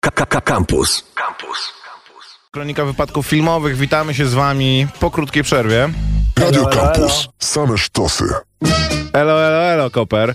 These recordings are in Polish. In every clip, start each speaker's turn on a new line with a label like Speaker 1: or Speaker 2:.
Speaker 1: Campus.
Speaker 2: Kronika wypadków filmowych. Witamy się z wami po krótkiej przerwie.
Speaker 3: Radio Campus. Same sztosy.
Speaker 2: Elo, Koper.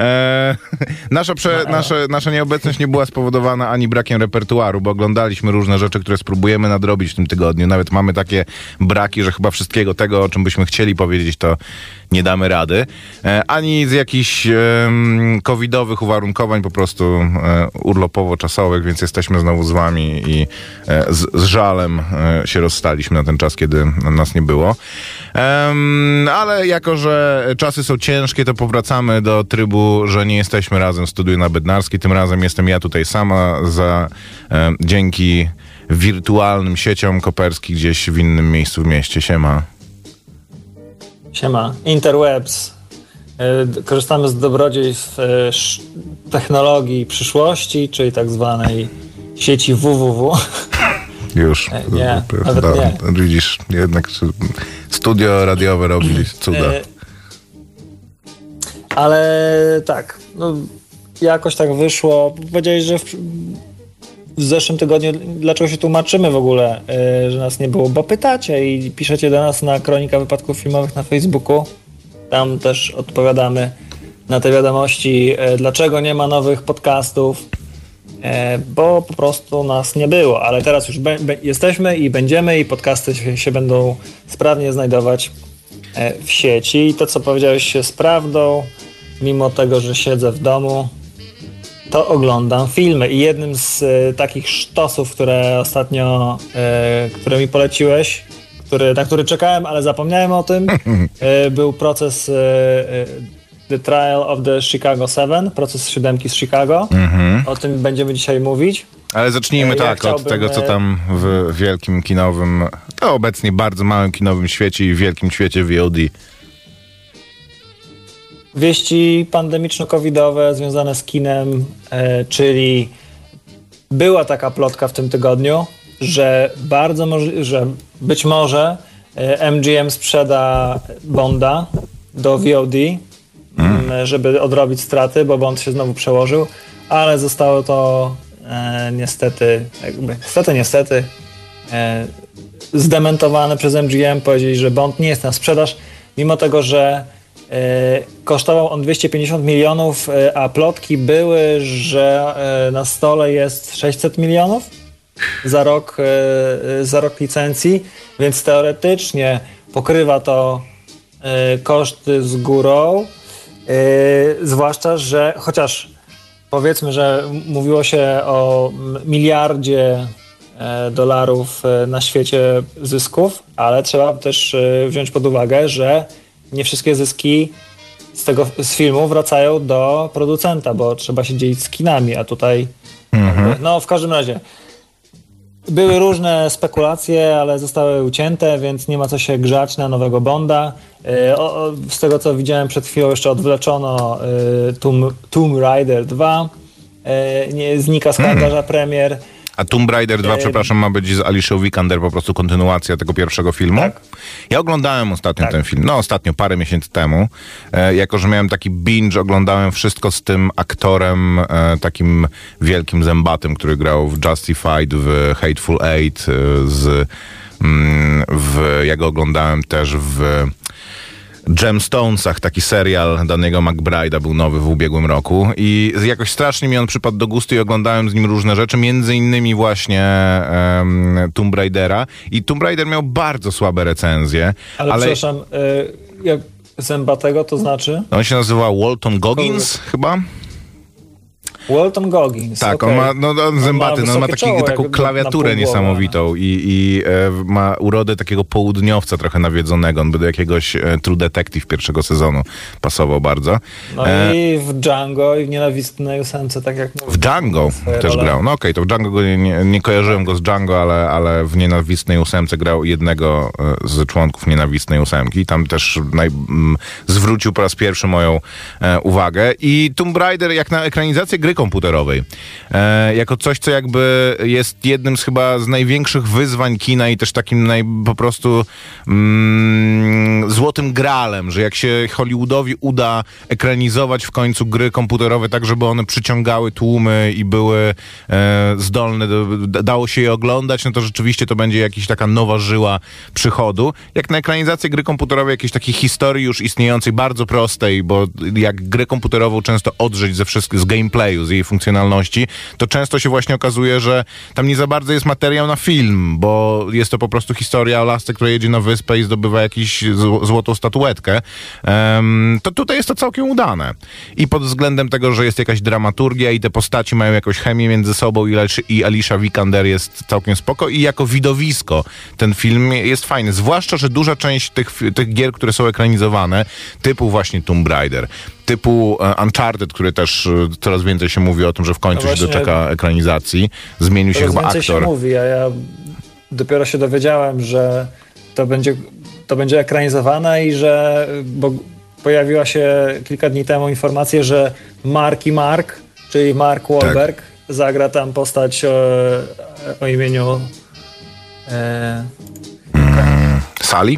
Speaker 2: Nasza nieobecność nie była spowodowana ani brakiem repertuaru, bo oglądaliśmy różne rzeczy, które spróbujemy nadrobić w tym tygodniu. Nawet mamy takie braki, że chyba wszystkiego tego, o czym byśmy chcieli powiedzieć, to nie damy rady. Ani z jakichś covidowych uwarunkowań, po prostu urlopowo-czasowych, więc jesteśmy znowu z wami i z żalem się rozstaliśmy na ten czas, kiedy nas nie było. Ale jako, że czasy są ciężkie, to powracamy do trybu, że nie jesteśmy razem w studiu na Bednarskiej. Tym razem jestem ja tutaj sama, dzięki wirtualnym sieciom Koperski gdzieś w innym miejscu w mieście. Siema.
Speaker 4: Interwebs. Korzystamy z dobrodziejstw technologii przyszłości, czyli tak zwanej sieci www.
Speaker 2: Już.
Speaker 4: Nie, nawet nie.
Speaker 2: Widzisz, jednak studio radiowe robi cuda.
Speaker 4: Ale tak, jakoś tak wyszło. Powiedziałeś, że w zeszłym tygodniu dlaczego się tłumaczymy w ogóle, że nas nie było, bo pytacie i piszecie do nas na Kronika Wypadków Filmowych na Facebooku. Tam też odpowiadamy na te wiadomości, dlaczego nie ma nowych podcastów, bo po prostu nas nie było, ale teraz już jesteśmy i będziemy i podcasty się będą sprawnie znajdować w sieci. I to, co powiedziałeś, się z prawdą. Mimo tego, że siedzę w domu, to oglądam filmy. I jednym z takich sztosów, które mi poleciłeś, na który czekałem, ale zapomniałem o tym, był proces The Trial of the Chicago 7, proces siódemki z Chicago. O tym będziemy dzisiaj mówić.
Speaker 2: Ale zacznijmy od tego, co tam w wielkim kinowym, to obecnie bardzo małym kinowym świecie i wielkim świecie VOD.
Speaker 4: Wieści pandemiczno-covidowe związane z kinem, czyli była taka plotka w tym tygodniu, że że być może MGM sprzeda Bonda do VOD, żeby odrobić straty, bo Bond się znowu przełożył, ale zostało to niestety zdementowane przez MGM. Powiedzieli, że Bond nie jest na sprzedaż, mimo tego, że kosztował on 250 milionów, a plotki były, że na stole jest 600 milionów za rok licencji, więc teoretycznie pokrywa to koszty z górą, zwłaszcza, że chociaż powiedzmy, że mówiło się o miliardzie dolarów na świecie zysków, ale trzeba też wziąć pod uwagę, że nie wszystkie zyski z filmu wracają do producenta, bo trzeba się dzielić z kinami, a tutaj w każdym razie były różne spekulacje, ale zostały ucięte, więc nie ma co się grzać na nowego Bonda. Z tego, co widziałem przed chwilą, jeszcze odwleczono Tomb Raider 2. Znika z kalendarza premier.
Speaker 2: A Tomb Raider 2, przepraszam, ma być z Alicia Vikander po prostu kontynuacja tego pierwszego filmu?
Speaker 4: Tak.
Speaker 2: Ja oglądałem ostatnio ten film, parę miesięcy temu. Jako, że miałem taki binge, oglądałem wszystko z tym aktorem, takim wielkim zębatym, który grał w Justified, w Hateful Eight, ja go oglądałem też w Gemstonesach, taki serial Danego McBride'a był nowy w ubiegłym roku i jakoś strasznie mi on przypadł do gustu i oglądałem z nim różne rzeczy, między innymi właśnie Tomb Raidera i Tomb Raider miał bardzo słabe recenzje.
Speaker 4: Ale przepraszam, jak zębatego to znaczy?
Speaker 2: On się nazywa Walton Goggins chyba?
Speaker 4: Walton Goggins.
Speaker 2: Tak,
Speaker 4: okay.
Speaker 2: On ma taką klawiaturę niesamowitą i ma urodę takiego południowca trochę nawiedzonego. On by do jakiegoś True Detective pierwszego sezonu pasował bardzo.
Speaker 4: I w Django i w Nienawistnej ósemce, tak jak mówię.
Speaker 2: W Django też grał. To w Django nie kojarzyłem go z Django, ale w Nienawistnej ósemce grał jednego z członków Nienawistnej ósemki. I tam też zwrócił po raz pierwszy moją uwagę. I Tomb Raider, jak na ekranizację gry, komputerowej. Jako coś, co jakby jest jednym z chyba z największych wyzwań kina i też takim po prostu złotym gralem, że jak się Hollywoodowi uda ekranizować w końcu gry komputerowe tak, żeby one przyciągały tłumy i były zdolne, dało się je oglądać, no to rzeczywiście to będzie jakaś taka nowa żyła przychodu. Jak na ekranizację gry komputerowej, jakiejś takiej historii już istniejącej, bardzo prostej, bo jak grę komputerową często odrzeć z gameplayu, z jej funkcjonalności, to często się właśnie okazuje, że tam nie za bardzo jest materiał na film, bo jest to po prostu historia o lasce, która jedzie na wyspę i zdobywa jakąś złotą statuetkę. To tutaj jest to całkiem udane. I pod względem tego, że jest jakaś dramaturgia i te postaci mają jakąś chemię między sobą i Alicia Vikander jest całkiem spoko i jako widowisko ten film jest fajny. Zwłaszcza, że duża część tych gier, które są ekranizowane, typu właśnie Tomb Raider, typu Uncharted, który też coraz więcej się mówi o tym, że w końcu się doczeka ekranizacji. Zmienił się chyba aktor.
Speaker 4: Się mówi, a ja dopiero się dowiedziałem, że to będzie ekranizowane i że pojawiła się kilka dni temu informacja, że Mark, czyli Mark Wahlberg, zagra tam postać o imieniu
Speaker 2: Sally?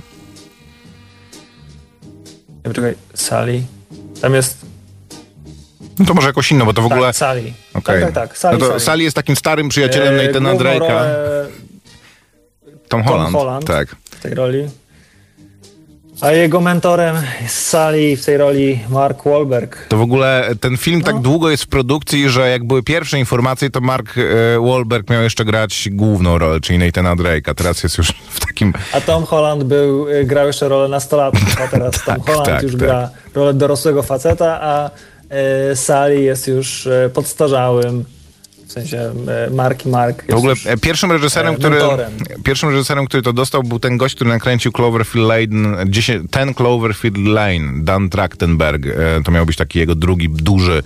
Speaker 4: Nie, czekaj, Sally. Tam jest...
Speaker 2: No to może jakoś inno, bo to w ogóle...
Speaker 4: Sally.
Speaker 2: Okay.
Speaker 4: Tak. Sally,
Speaker 2: no to Sally jest takim starym przyjacielem Nathana Drake'a. Tom Holland. Tak.
Speaker 4: W tej roli. A jego mentorem jest Sally, w tej roli Mark Wahlberg.
Speaker 2: To w ogóle ten film tak długo jest w produkcji, że jak były pierwsze informacje, to Mark Wahlberg miał jeszcze grać główną rolę, czyli Nathana Drake'a. Teraz jest już w takim...
Speaker 4: A Tom Holland grał jeszcze rolę nastolatków, a teraz Tom Holland już gra rolę dorosłego faceta, a Sally jest już podstarzałym. W sensie Mark jest
Speaker 2: w ogóle pierwszym reżyserem, który to dostał, był ten gość, który nakręcił Cloverfield Lane, 10 Cloverfield Lane, Dan Trachtenberg. To miał być taki jego drugi duży,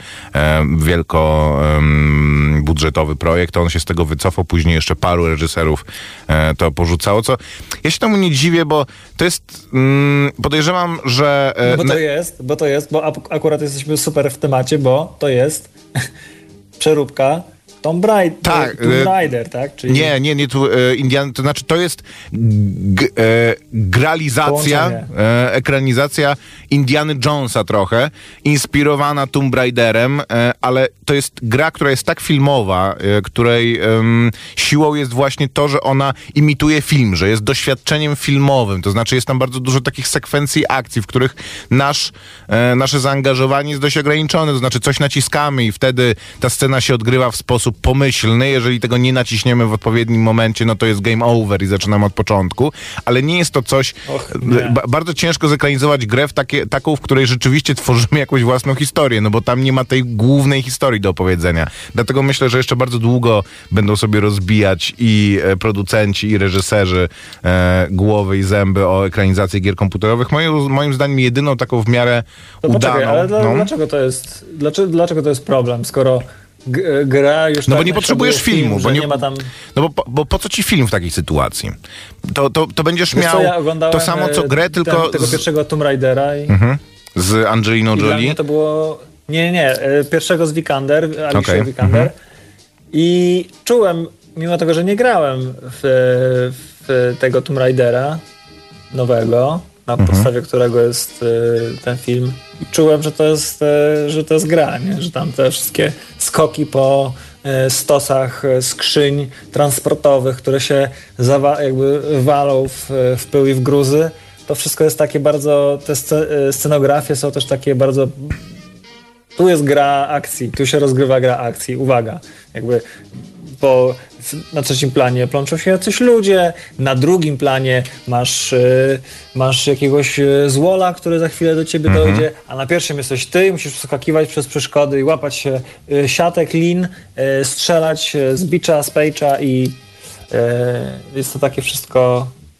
Speaker 2: wielkobudżetowy projekt. On się z tego wycofał, później jeszcze paru reżyserów to porzucało, co ja się temu nie dziwię, bo to jest, podejrzewam, że...
Speaker 4: Bo akurat jesteśmy super w temacie, bo to jest przeróbka Tomb Raider, tak? Czyli...
Speaker 2: Nie, Indiana, to znaczy to jest ekranizacja Indiana Jonesa trochę, inspirowana Tomb Raiderem, ale to jest gra, która jest tak filmowa, której siłą jest właśnie to, że ona imituje film, że jest doświadczeniem filmowym, to znaczy jest tam bardzo dużo takich sekwencji akcji, w których nasze zaangażowanie jest dość ograniczone, to znaczy coś naciskamy i wtedy ta scena się odgrywa w sposób pomyślny, jeżeli tego nie naciśniemy w odpowiednim momencie, no to jest game over i zaczynamy od początku, ale nie jest to coś... bardzo ciężko zekranizować grę taką, w której rzeczywiście tworzymy jakąś własną historię, no bo tam nie ma tej głównej historii do opowiedzenia. Dlatego myślę, że jeszcze bardzo długo będą sobie rozbijać i producenci, i reżyserzy głowy i zęby o ekranizacji gier komputerowych. Moim zdaniem jedyną taką w miarę udaną... Poczekaj,
Speaker 4: ale dlaczego to jest problem, skoro gra już...
Speaker 2: No bo nie potrzebujesz filmu, bo
Speaker 4: nie ma tam...
Speaker 2: No bo po co ci film w takiej sytuacji? To będziesz miał to samo co grę, tylko...
Speaker 4: Tego pierwszego Tomb Raidera
Speaker 2: z Angeliną Jolie?
Speaker 4: Dla mnie to było... Nie. Pierwszego z Vikander, Alicia Vikander. I czułem, mimo tego, że nie grałem w tego Tomb Raidera nowego, na podstawie którego jest ten film, i czułem, że to jest gra, nie? Że tam te wszystkie skoki po stosach skrzyń transportowych, które się jakby walą w pył i w gruzy, to wszystko jest takie bardzo, te scenografie są też takie bardzo... Tu jest gra akcji, tu się rozgrywa gra akcji, uwaga, jakby na trzecim planie plączą się jacyś ludzie, na drugim planie masz jakiegoś złola, który za chwilę do ciebie dojdzie, a na pierwszym jesteś ty, musisz przeskakiwać przez przeszkody i łapać się siatek, lin, strzelać z bicza, z pejcza i jest to takie wszystko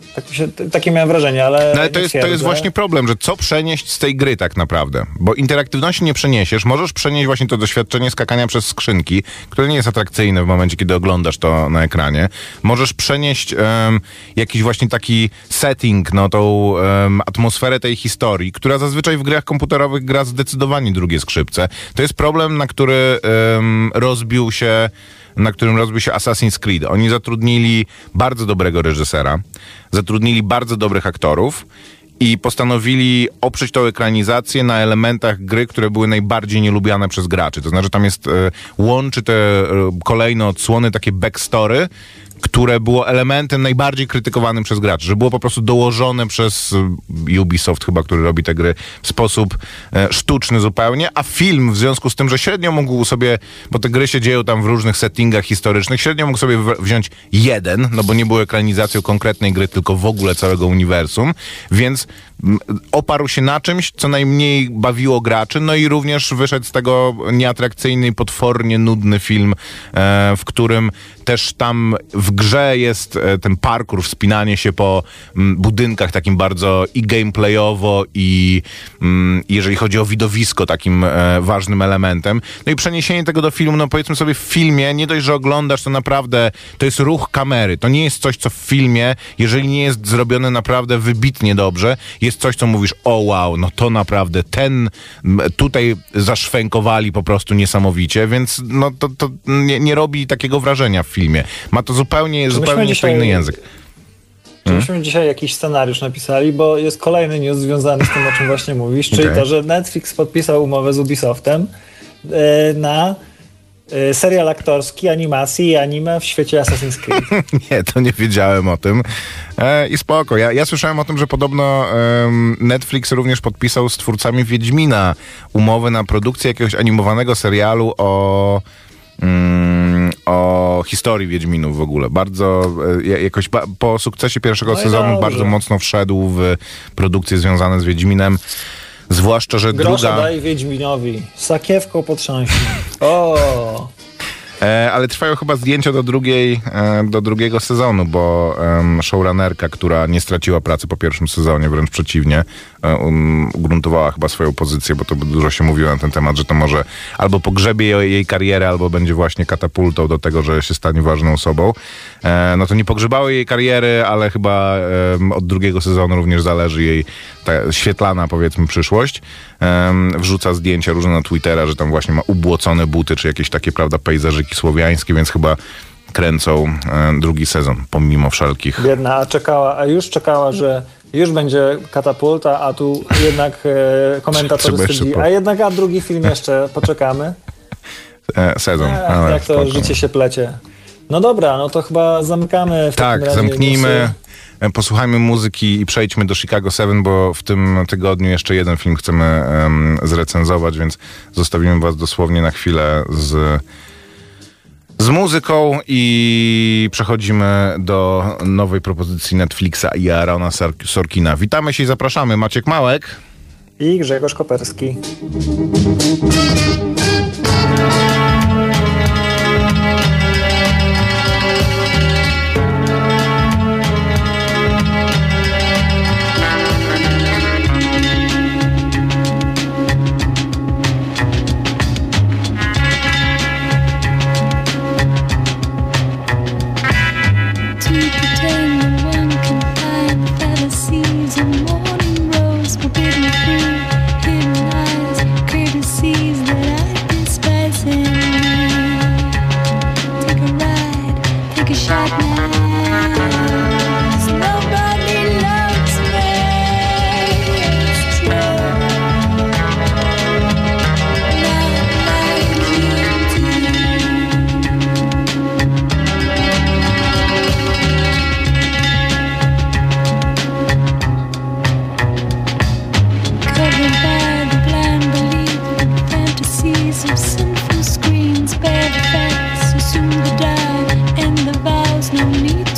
Speaker 4: Takie miałem wrażenie, ale...
Speaker 2: No, ale to jest właśnie problem, że co przenieść z tej gry tak naprawdę? Bo interaktywności nie przeniesiesz. Możesz przenieść właśnie to doświadczenie skakania przez skrzynki, które nie jest atrakcyjne w momencie, kiedy oglądasz to na ekranie. Możesz przenieść jakiś właśnie taki setting, no tą atmosferę tej historii, która zazwyczaj w grach komputerowych gra zdecydowanie drugie skrzypce. To jest problem, na którym rozbił się Assassin's Creed. Oni zatrudnili bardzo dobrego reżysera, zatrudnili bardzo dobrych aktorów i postanowili oprzeć tą ekranizację na elementach gry, które były najbardziej nielubiane przez graczy. To znaczy tam łączy te kolejne odsłony, takie backstory, które było elementem najbardziej krytykowanym przez graczy, że było po prostu dołożone przez Ubisoft chyba, który robi te gry w sposób sztuczny zupełnie, a film w związku z tym, że średnio mógł sobie, bo te gry się dzieją tam w różnych settingach historycznych, średnio mógł sobie wziąć jeden, no bo nie było ekranizacją konkretnej gry, tylko w ogóle całego uniwersum, więc oparł się na czymś, co najmniej bawiło graczy, no i również wyszedł z tego nieatrakcyjny i potwornie nudny film, w którym też tam w grze jest ten parkour, wspinanie się po budynkach takim bardzo i gameplayowo i jeżeli chodzi o widowisko takim ważnym elementem. No i przeniesienie tego do filmu, no powiedzmy sobie w filmie, nie dość, że oglądasz, to naprawdę to jest ruch kamery. To nie jest coś, co w filmie, jeżeli nie jest zrobione naprawdę wybitnie dobrze, jest coś, co mówisz, o wow, no to naprawdę tutaj zaszwękowali po prostu niesamowicie, więc no to nie robi takiego wrażenia w filmie. Ma to zupełnie jeszcze inny język.
Speaker 4: Myśmy dzisiaj jakiś scenariusz napisali, bo jest kolejny news związany z tym, o czym właśnie mówisz, czyli to, że Netflix podpisał umowę z Ubisoftem na serial aktorski, animacji i anime w świecie Assassin's Creed.
Speaker 2: Nie, to nie wiedziałem o tym. I spoko. Ja słyszałem o tym, że podobno Netflix również podpisał z twórcami Wiedźmina umowę na produkcję jakiegoś animowanego serialu o historii Wiedźminów w ogóle. Bardzo jakoś po sukcesie pierwszego sezonu bardzo mocno wszedł w produkcje związane z Wiedźminem. Zwłaszcza, że
Speaker 4: Grosza daj Wiedźminowi. Sakiewką potrząśnie. O!
Speaker 2: Ale trwają chyba zdjęcia do drugiego sezonu, bo showrunnerka, która nie straciła pracy po pierwszym sezonie, wręcz przeciwnie, ugruntowała chyba swoją pozycję, bo to dużo się mówiło na ten temat, że to może albo pogrzebie jej karierę, albo będzie właśnie katapultą do tego, że się stanie ważną osobą. No to nie pogrzebało jej kariery, ale chyba od drugiego sezonu również zależy jej ta świetlana, powiedzmy, przyszłość. Wrzuca zdjęcia różne na Twittera, że tam właśnie ma ubłocone buty, czy jakieś takie, prawda, pejzażyki słowiańskie, więc chyba kręcą drugi sezon, pomimo wszelkich...
Speaker 4: Biedna, już czekała, że już będzie katapulta, a tu jednak komentatorzy stwierdzili, a drugi film jeszcze poczekamy.
Speaker 2: Sezon.
Speaker 4: Jak to życie się plecie. No dobra, no to chyba zamykamy.
Speaker 2: Tak, zamknijmy. Posłuchajmy muzyki i przejdźmy do Chicago 7, bo w tym tygodniu jeszcze jeden film chcemy zrecenzować, więc zostawimy was dosłownie na chwilę z muzyką i przechodzimy do nowej propozycji Netflixa i Aarona Sorkina. Witamy się i zapraszamy. Maciek Małek
Speaker 4: i Grzegorz Koperski.
Speaker 1: Of sinful screens bear the facts, assume the die, and the vows, no need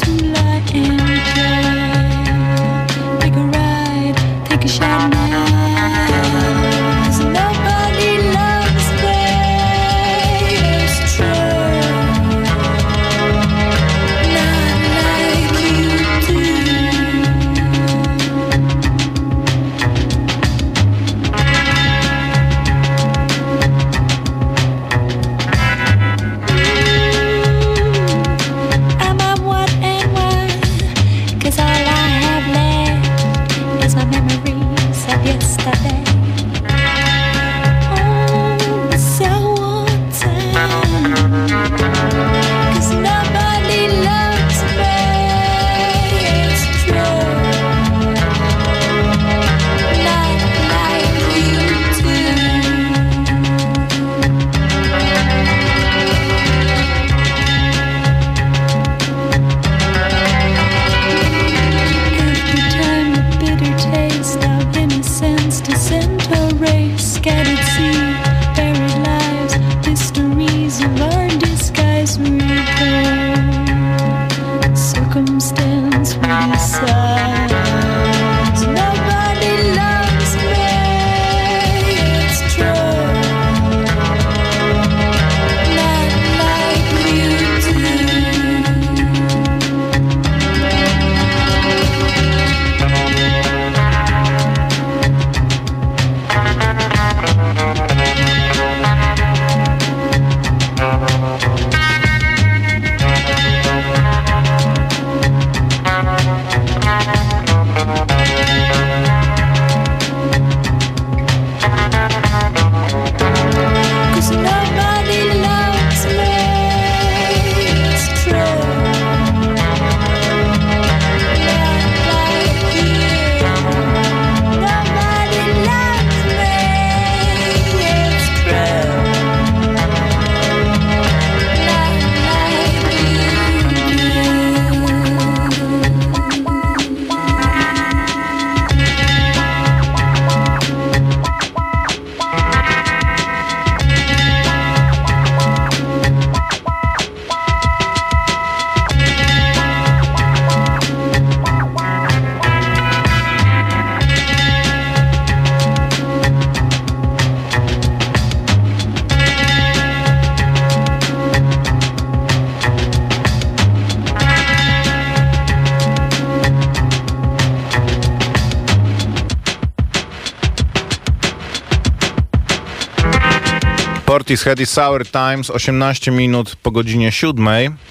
Speaker 2: Portishead Sour Times, 18 minut po godzinie 7.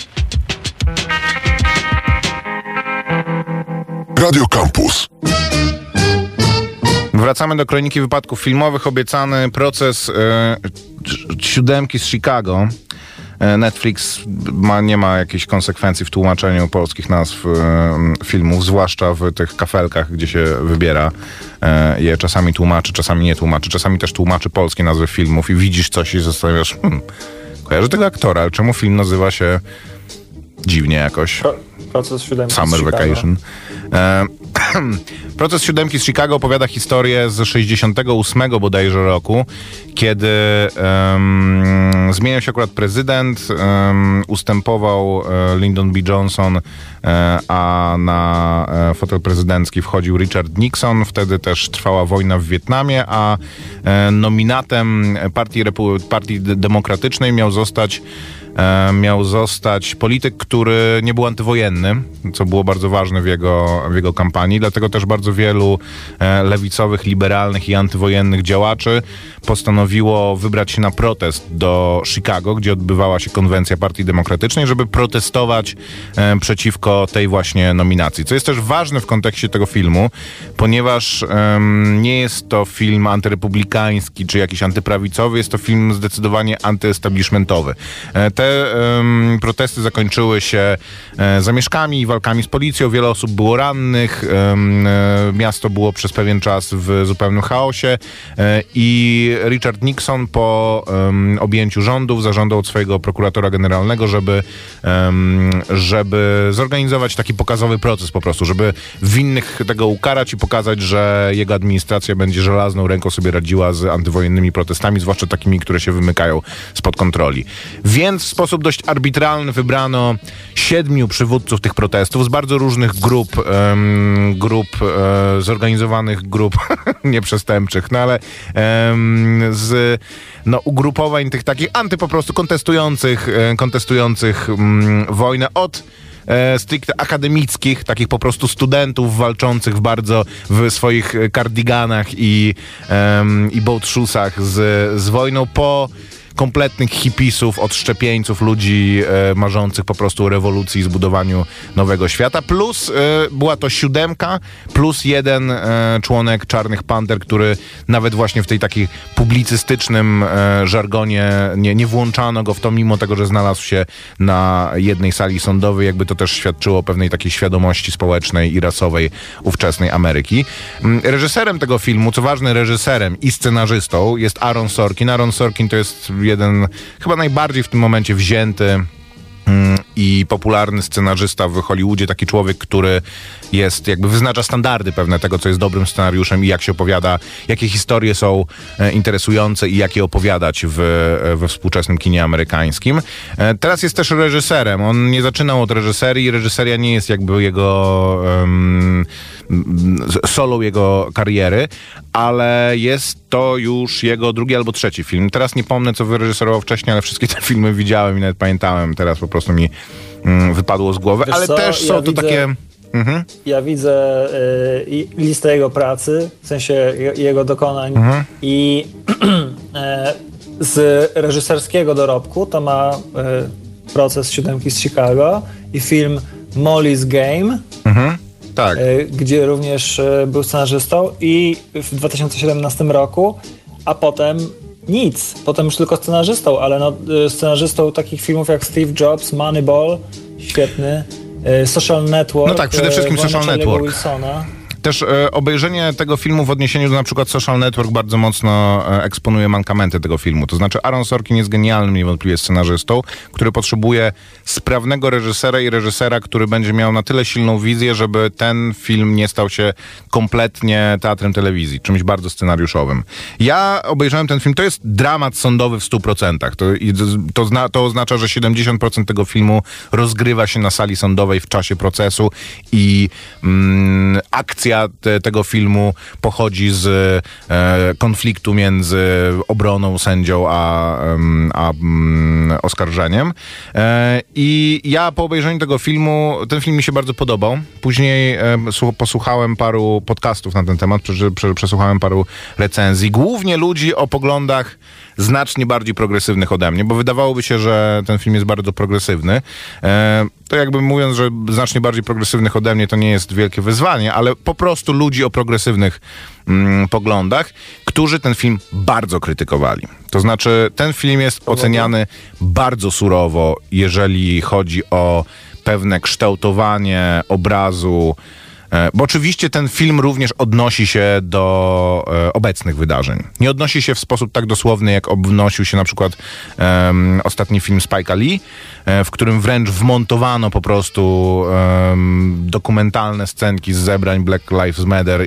Speaker 3: Radio Campus.
Speaker 2: Wracamy do kroniki wypadków filmowych. Obiecany proces siódemki z Chicago. Netflix nie ma jakichś konsekwencji w tłumaczeniu polskich nazw filmów, zwłaszcza w tych kafelkach, gdzie się wybiera je. Czasami tłumaczy, czasami nie tłumaczy. Czasami też tłumaczy polskie nazwy filmów i widzisz coś i zastanawiasz, kojarzę tego aktora, ale czemu film nazywa się dziwnie jakoś?
Speaker 4: Proces siódemki
Speaker 2: Summer
Speaker 4: z
Speaker 2: Vacation. Proces siódemki z Chicago opowiada historię z 68 bodajże roku, kiedy zmieniał się akurat prezydent, ustępował Lyndon B. Johnson, a na fotel prezydencki wchodził Richard Nixon. Wtedy też trwała wojna w Wietnamie, a nominatem Partii Demokratycznej miał zostać polityk, który nie był antywojenny, co było bardzo ważne w jego kampanii. Dlatego też bardzo wielu lewicowych, liberalnych i antywojennych działaczy postanowiło wybrać się na protest do Chicago, gdzie odbywała się konwencja Partii Demokratycznej, żeby protestować przeciwko tej właśnie nominacji. Co jest też ważne w kontekście tego filmu, ponieważ nie jest to film antyrepublikański czy jakiś antyprawicowy, jest to film zdecydowanie antyestablishmentowy. Te protesty zakończyły się zamieszkami i walkami z policją. Wiele osób było rannych. Miasto było przez pewien czas w zupełnym chaosie i Richard Nixon po objęciu rządów zażądał od swojego prokuratora generalnego, żeby zorganizować taki pokazowy proces po prostu, żeby winnych tego ukarać i pokazać, że jego administracja będzie żelazną ręką sobie radziła z antywojennymi protestami, zwłaszcza takimi, które się wymykają spod kontroli. Więc w sposób dość arbitralny wybrano 7 przywódców tych protestów z bardzo różnych grup, zorganizowanych grup nieprzestępczych, no ale z ugrupowań tych takich po prostu kontestujących wojnę od stricte akademickich, takich po prostu studentów walczących w swoich kardiganach i boat shoesach z wojną, po kompletnych hipisów, odszczepieńców, ludzi marzących po prostu o rewolucji i zbudowaniu nowego świata. Plus była to 7 plus 1 członek Czarnych Panter, który nawet właśnie w tej takiej publicystycznym żargonie nie włączano go w to, mimo tego, że znalazł się na jednej sali sądowej. Jakby to też świadczyło o pewnej takiej świadomości społecznej i rasowej ówczesnej Ameryki. Reżyserem tego filmu, co ważne, reżyserem i scenarzystą jest Aaron Sorkin. Aaron Sorkin to jest jeden chyba najbardziej w tym momencie wzięty i popularny scenarzysta w Hollywoodzie, taki człowiek, który wyznacza standardy pewne tego, co jest dobrym scenariuszem i jak się opowiada, jakie historie są interesujące i jak je opowiadać we współczesnym kinie amerykańskim. Teraz jest też reżyserem. On nie zaczynał od reżyserii. Reżyseria nie jest jakby jego solą jego kariery, ale jest to już jego 2. albo 3 film. Teraz nie pomnę, co wyreżyserował wcześniej, ale wszystkie te filmy widziałem i nawet pamiętałem. Teraz po prostu mi wypadło z głowy.
Speaker 4: Wiesz
Speaker 2: ale
Speaker 4: co?
Speaker 2: też są takie...
Speaker 4: Ja widzę listę jego pracy, w sensie jego dokonań i z reżyserskiego dorobku to ma proces siódemki z Chicago i film Molly's Game,
Speaker 2: tak.
Speaker 4: Gdzie również był scenarzystą, i w 2017 roku, a potem nic. Potem już tylko scenarzystą, ale scenarzystą takich filmów jak Steve Jobs, Moneyball, świetny, Social Network.
Speaker 2: No tak, przede wszystkim Social Network.
Speaker 4: Wilsona.
Speaker 2: Też obejrzenie tego filmu w odniesieniu do na przykład Social Network bardzo mocno eksponuje mankamenty tego filmu. To znaczy Aaron Sorkin jest genialnym niewątpliwie scenarzystą, który potrzebuje sprawnego reżysera i reżysera, który będzie miał na tyle silną wizję, żeby ten film nie stał się kompletnie teatrem telewizji, czymś bardzo scenariuszowym. Ja obejrzałem ten film, to jest dramat sądowy w 100%. To oznacza, że 70% tego filmu rozgrywa się na sali sądowej w czasie procesu i akcja tego filmu pochodzi z konfliktu między obroną, sędzią a oskarżeniem. I ja po obejrzeniu tego filmu, ten film mi się bardzo podobał. Później posłuchałem paru podcastów na ten temat, przesłuchałem paru recenzji. Głównie ludzi o poglądach znacznie bardziej progresywnych ode mnie, bo wydawałoby się, że ten film jest bardzo progresywny. To jakby mówiąc, że znacznie bardziej progresywnych ode mnie to nie jest wielkie wyzwanie, ale po prostu ludzi o progresywnych poglądach, którzy ten film bardzo krytykowali. To znaczy, ten film jest oceniany bardzo surowo, jeżeli chodzi o pewne kształtowanie obrazu, bo oczywiście ten film również odnosi się do obecnych wydarzeń. Nie odnosi się w sposób tak dosłowny, jak odnosił się na przykład ostatni film Spike'a Lee, w którym wręcz wmontowano po prostu dokumentalne scenki z zebrań Black Lives Matter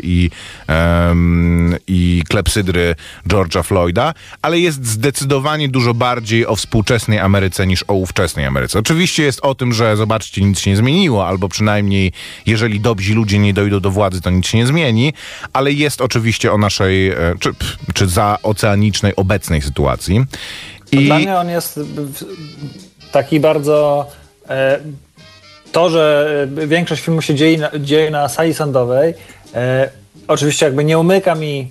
Speaker 2: i klepsydry George'a Floyda, ale jest zdecydowanie dużo bardziej o współczesnej Ameryce niż o ówczesnej Ameryce. Oczywiście jest o tym, że zobaczcie, nic się nie zmieniło, albo przynajmniej jeżeli dobrzy ludzie nie dojdą do władzy, to nic się nie zmieni, ale jest oczywiście o naszej, czy zaoceanicznej obecnej sytuacji.
Speaker 4: Dla mnie on jest taki bardzo... To, że większość filmu się dzieje na sali sądowej, oczywiście jakby nie umyka mi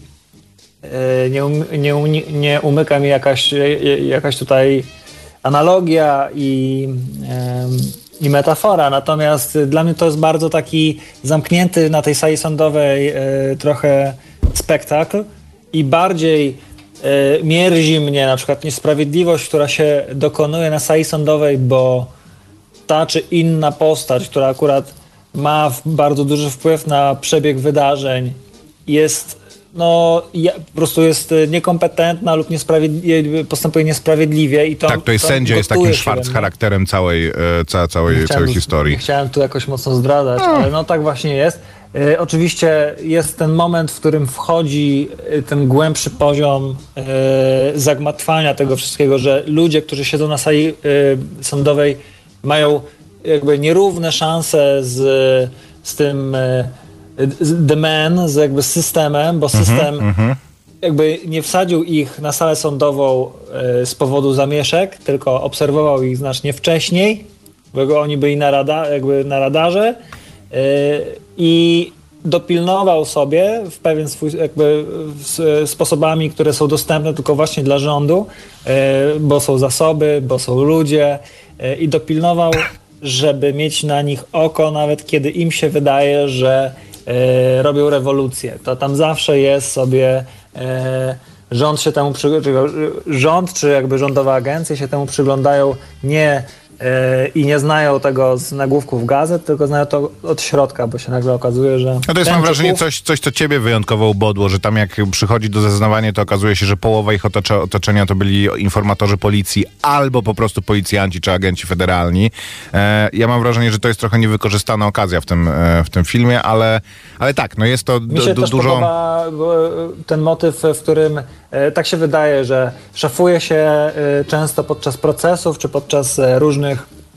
Speaker 4: nie umyka mi jakaś tutaj analogia i metafora, natomiast dla mnie to jest bardzo taki zamknięty na tej sali sądowej trochę spektakl i bardziej mierzi mnie na przykład niesprawiedliwość, która się dokonuje na sali sądowej, bo ta czy inna postać, która akurat ma bardzo duży wpływ na przebieg wydarzeń, jest po prostu jest niekompetentna lub postępuje niesprawiedliwie. I to,
Speaker 2: tak, to jest sędzia, jest takim charakterem całej historii.
Speaker 4: Nie chciałem tu jakoś mocno zdradzać, ale tak właśnie jest. Oczywiście jest ten moment, w którym wchodzi ten głębszy poziom zagmatwania tego wszystkiego, że ludzie, którzy siedzą na sali sądowej, mają jakby nierówne szanse z tym the man, z systemem, bo system jakby nie wsadził ich na salę sądową z powodu zamieszek, tylko obserwował ich znacznie wcześniej, bo oni byli na radarze i dopilnował sobie w pewien swój sposobami, które są dostępne tylko właśnie dla rządu, bo są zasoby, bo są ludzie i dopilnował, żeby mieć na nich oko, nawet kiedy im się wydaje, że robią rewolucję. To tam zawsze jest sobie rząd się temu rząd czy jakby rządowe agencje się temu przyglądają i nie znają tego z nagłówków gazet, tylko znają to od środka, bo się nagle okazuje, że...
Speaker 2: No to jest, mam wrażenie, coś, co ciebie wyjątkowo ubodło, że tam jak przychodzi do zeznawania, to okazuje się, że połowa ich otoczenia to byli informatorzy policji albo po prostu policjanci czy agenci federalni. Ja mam wrażenie, że to jest trochę niewykorzystana okazja w tym filmie, ale tak, jest to
Speaker 4: Mi się też podoba ten motyw, w którym tak się wydaje, że szafuje się często podczas procesów czy podczas różnych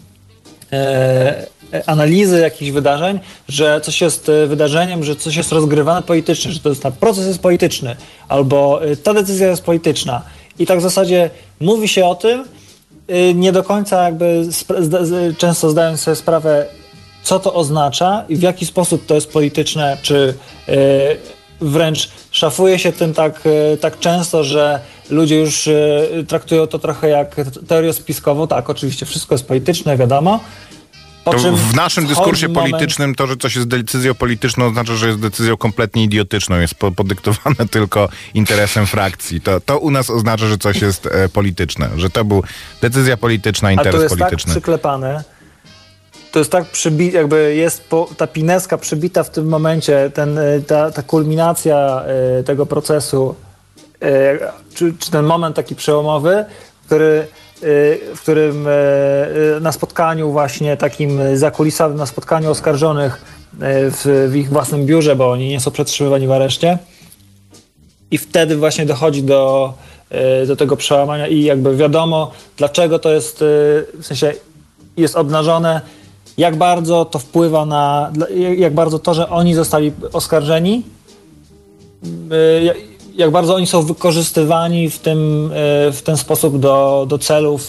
Speaker 4: analizy jakichś wydarzeń, że coś jest wydarzeniem, że coś jest rozgrywane politycznie, że proces jest polityczny albo ta decyzja jest polityczna. I tak w zasadzie mówi się o tym, nie do końca jakby często zdając sobie sprawę, co to oznacza i w jaki sposób to jest polityczne, czy wręcz szafuje się tym tak często, że ludzie już traktują to trochę jak teorię spiskową. Tak, oczywiście, wszystko jest polityczne, wiadomo.
Speaker 2: W naszym dyskursie politycznym to, że coś jest decyzją polityczną, oznacza, że jest decyzją kompletnie idiotyczną, jest podyktowane tylko interesem frakcji. To u nas oznacza, że coś jest polityczne, że to był decyzja polityczna, interes polityczny.
Speaker 4: A to jest tak przyklepane, to jest tak jakby jest ta pineska przybita w tym momencie, ta kulminacja tego procesu, czy ten moment taki przełomowy, w którym na spotkaniu właśnie takim zakulisowym, na spotkaniu oskarżonych w ich własnym biurze, bo oni nie są przetrzymywani w areszcie, i wtedy właśnie dochodzi do tego przełamania i jakby wiadomo, dlaczego to jest, w sensie jest obnażone, jak bardzo to wpływa jak bardzo to, że oni zostali oskarżeni, jak bardzo oni są wykorzystywani w ten sposób do celów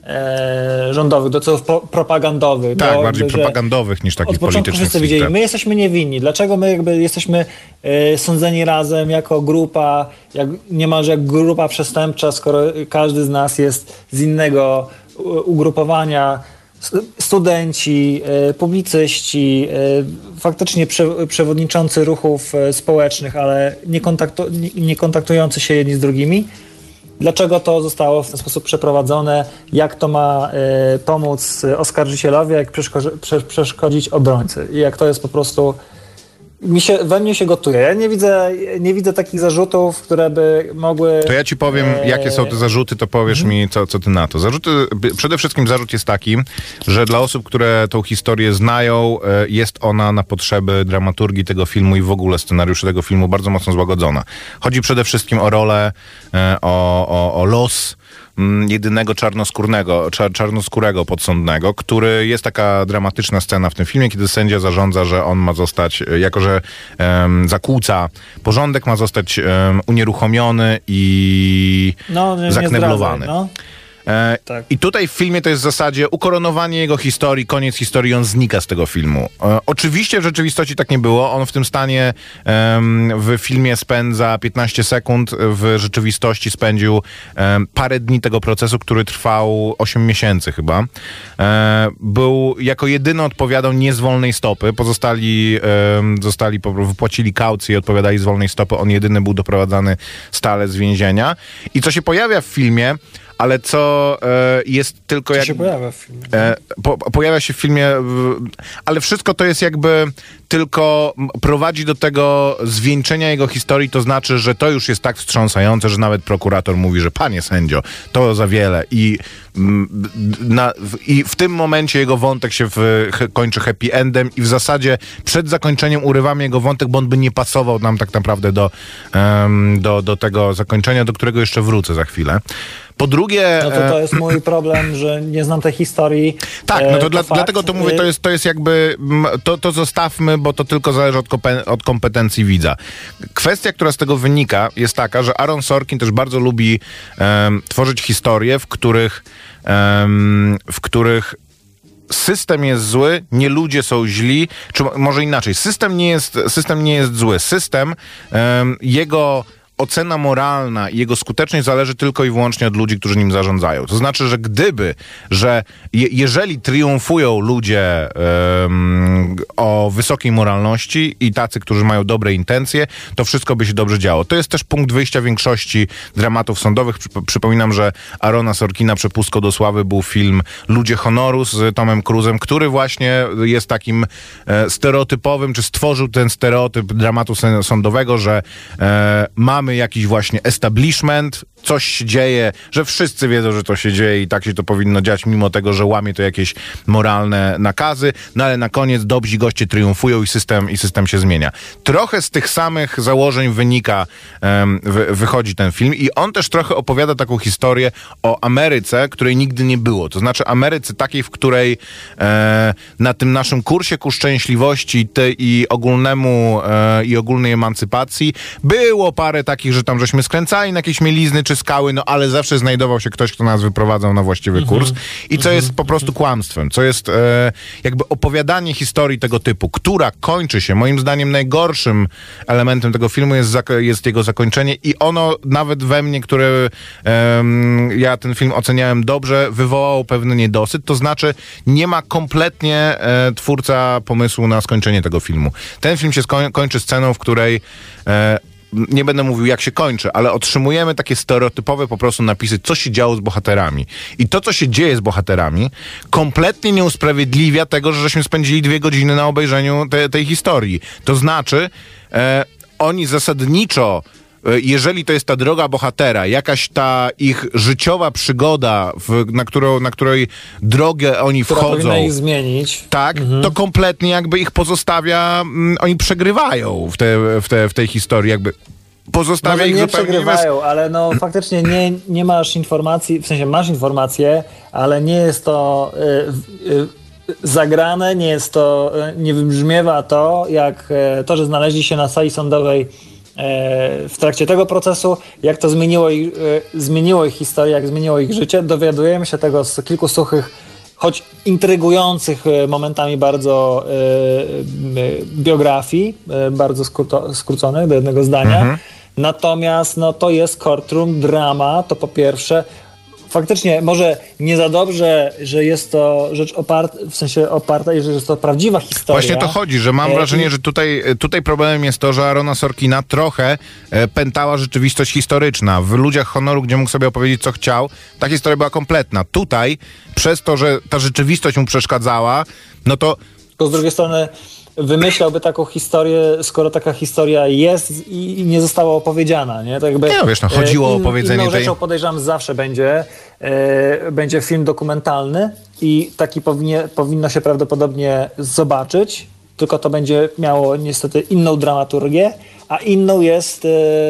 Speaker 4: rządowych, do celów propagandowych.
Speaker 2: Tak,
Speaker 4: do,
Speaker 2: bardziej propagandowych niż takich
Speaker 4: od początku
Speaker 2: politycznych
Speaker 4: wszyscy
Speaker 2: stricte.
Speaker 4: wiedzieli, my jesteśmy niewinni. Dlaczego my jakby jesteśmy sądzeni razem jako grupa, niemalże jak grupa przestępcza, skoro każdy z nas jest z innego ugrupowania, studenci, publicyści, faktycznie przewodniczący ruchów społecznych, ale nie kontaktujący się jedni z drugimi. Dlaczego to zostało w ten sposób przeprowadzone? Jak to ma pomóc oskarżycielowi, jak przeszkodzić obrońcy? I jak to jest po prostu... We mnie się gotuje. Ja nie widzę takich zarzutów, które by mogły...
Speaker 2: To ja ci powiem, jakie są te zarzuty, to powiesz mi, co ty na to. Przede wszystkim zarzut jest taki, że dla osób, które tą historię znają, jest ona na potrzeby dramaturgii tego filmu i w ogóle scenariuszy tego filmu bardzo mocno złagodzona. Chodzi przede wszystkim o rolę, o los jedynego czarnoskórego podsądnego, który jest taka dramatyczna scena w tym filmie, kiedy sędzia zarządza, że on ma zostać, jako że zakłóca porządek, ma zostać unieruchomiony i zakneblowany.
Speaker 4: Tak.
Speaker 2: I tutaj w filmie to jest w zasadzie ukoronowanie jego historii, koniec historii, on znika z tego filmu. Oczywiście w rzeczywistości tak nie było. On w tym stanie w filmie spędza 15 sekund, w rzeczywistości spędził parę dni tego procesu, który trwał 8 miesięcy chyba. Był jako jedyny odpowiadał nie z wolnej stopy. Pozostali wypłacili kaucję i odpowiadali z wolnej stopy. On jedyny był doprowadzany stale z więzienia. I co się pojawia w filmie, ale co jest tylko
Speaker 4: Co
Speaker 2: jak...
Speaker 4: się pojawia w filmie?
Speaker 2: Pojawia się w filmie, ale wszystko to jest jakby tylko prowadzi do tego zwieńczenia jego historii, to znaczy, że to już jest tak wstrząsające, że nawet prokurator mówi, że panie sędzio, to za wiele i w tym momencie jego wątek się kończy happy endem i w zasadzie przed zakończeniem urywamy jego wątek, bo on by nie pasował nam tak naprawdę do tego zakończenia, do którego jeszcze wrócę za chwilę. Po drugie...
Speaker 4: No to jest mój problem, że nie znam tej historii.
Speaker 2: Tak, no to dlatego to mówię, to jest jakby... To zostawmy, bo to tylko zależy od kompetencji widza. Kwestia, która z tego wynika, jest taka, że Aaron Sorkin też bardzo lubi tworzyć historie, w których system jest zły, nie ludzie są źli, czy może inaczej, system nie jest zły. System, jego ocena moralna i jego skuteczność zależy tylko i wyłącznie od ludzi, którzy nim zarządzają. To znaczy, że jeżeli triumfują ludzie o wysokiej moralności i tacy, którzy mają dobre intencje, to wszystko by się dobrze działo. To jest też punkt wyjścia większości dramatów sądowych. Przypominam, że Aarona Sorkina Przepustką do sławy był film Ludzie honoru z Tomem Cruzem, który właśnie jest takim stereotypowym, czy stworzył ten stereotyp dramatu sądowego, że mamy jakiś właśnie establishment, coś się dzieje, że wszyscy wiedzą, że to się dzieje i tak się to powinno dziać, mimo tego, że łamie to jakieś moralne nakazy, no ale na koniec dobrzy goście triumfują i system się zmienia. Trochę z tych samych założeń wychodzi ten film i on też trochę opowiada taką historię o Ameryce, której nigdy nie było. To znaczy Ameryce takiej, w której na tym naszym kursie ku szczęśliwości i ogólnej emancypacji było parę takich, że tam żeśmy skręcali na jakieś mielizny czy skały, no ale zawsze znajdował się ktoś, kto nas wyprowadzał na właściwy kurs i co jest po prostu kłamstwem, co jest jakby opowiadanie historii tego typu, która kończy się, moim zdaniem najgorszym elementem tego filmu jest jego zakończenie i ono nawet we mnie, który ja ten film oceniałem dobrze, wywołało pewny niedosyt, to znaczy nie ma kompletnie twórca pomysłu na skończenie tego filmu. Ten film się kończy sceną, w której nie będę mówił, jak się kończy, ale otrzymujemy takie stereotypowe po prostu napisy, co się działo z bohaterami. I to, co się dzieje z bohaterami, kompletnie nie usprawiedliwia tego, że żeśmy spędzili 2 godziny na obejrzeniu tej historii. To znaczy, oni zasadniczo, jeżeli to jest ta droga bohatera, jakaś ta ich życiowa przygoda, na której drogę oni wchodzą,
Speaker 4: powinna ich zmienić.
Speaker 2: Tak, to kompletnie jakby ich pozostawia, oni przegrywają w tej historii, jakby pozostawia
Speaker 4: Może
Speaker 2: ich
Speaker 4: nie
Speaker 2: zupełnie
Speaker 4: przegrywają, ale no faktycznie nie masz informacji, w sensie masz informacje, ale nie jest to zagrane, nie wybrzmiewa to, jak to, że znaleźli się na sali sądowej w trakcie tego procesu, jak to zmieniło ich historię, jak zmieniło ich życie. Dowiadujemy się tego z kilku suchych, choć intrygujących momentami bardzo biografii, bardzo skróconych do jednego zdania. Natomiast to jest courtroom drama, to po pierwsze. Faktycznie może nie za dobrze, że jest to rzecz oparta i że jest to prawdziwa historia.
Speaker 2: Właśnie to chodzi, że mam wrażenie, że tutaj problemem jest to, że Arona Sorkina trochę pętała rzeczywistość historyczna. W Ludziach Honoru, gdzie mógł sobie opowiedzieć, co chciał, ta historia była kompletna. Tutaj, przez to, że ta rzeczywistość mu przeszkadzała, no to...
Speaker 4: Tylko z drugiej strony wymyślałby taką historię, skoro taka historia jest i nie została opowiedziana, nie? To jakby,
Speaker 2: chodziło o opowiedzenie
Speaker 4: inną rzeczą, podejrzewam, zawsze będzie film dokumentalny i taki powinno się prawdopodobnie zobaczyć, tylko to będzie miało niestety inną dramaturgię, a inną jest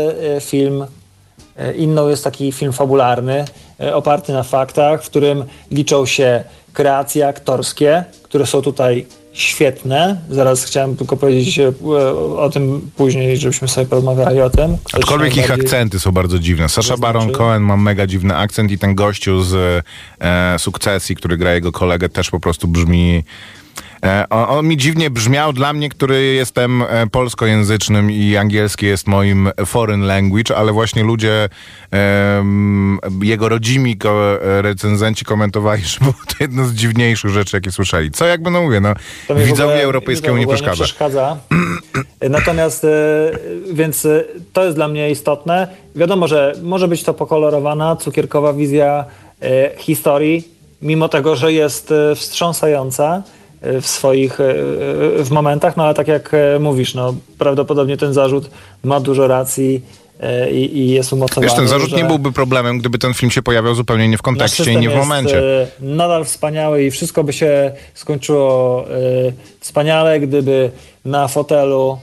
Speaker 4: taki film fabularny, oparty na faktach, w którym liczą się kreacje aktorskie, które są tutaj świetne. Zaraz chciałem tylko powiedzieć o tym później, żebyśmy sobie porozmawiali o tym.
Speaker 2: Aczkolwiek ich akcenty są bardzo dziwne. Sacha Baron Cohen ma mega dziwny akcent i ten gościu z Sukcesji, który gra jego kolegę, też po prostu brzmi... On mi dziwnie brzmiał dla mnie, który jestem polskojęzycznym i angielski jest moim foreign language, ale właśnie ludzie, jego rodzimi recenzenci komentowali, że było to jedno z dziwniejszych rzeczy, jakie słyszeli. Co jak będą mówię, widzowie europejskiemu nie przeszkadza.
Speaker 4: Natomiast, więc to jest dla mnie istotne. Wiadomo, że może być to pokolorowana, cukierkowa wizja historii, mimo tego, że jest wstrząsająca w momentach, ale tak jak mówisz, prawdopodobnie ten zarzut ma dużo racji i jest umocowany.
Speaker 2: Wiesz, ten zarzut nie byłby problemem, gdyby ten film się pojawiał zupełnie nie w kontekście i nie w momencie.
Speaker 4: Nadal wspaniały i wszystko by się skończyło wspaniale, gdyby na fotelu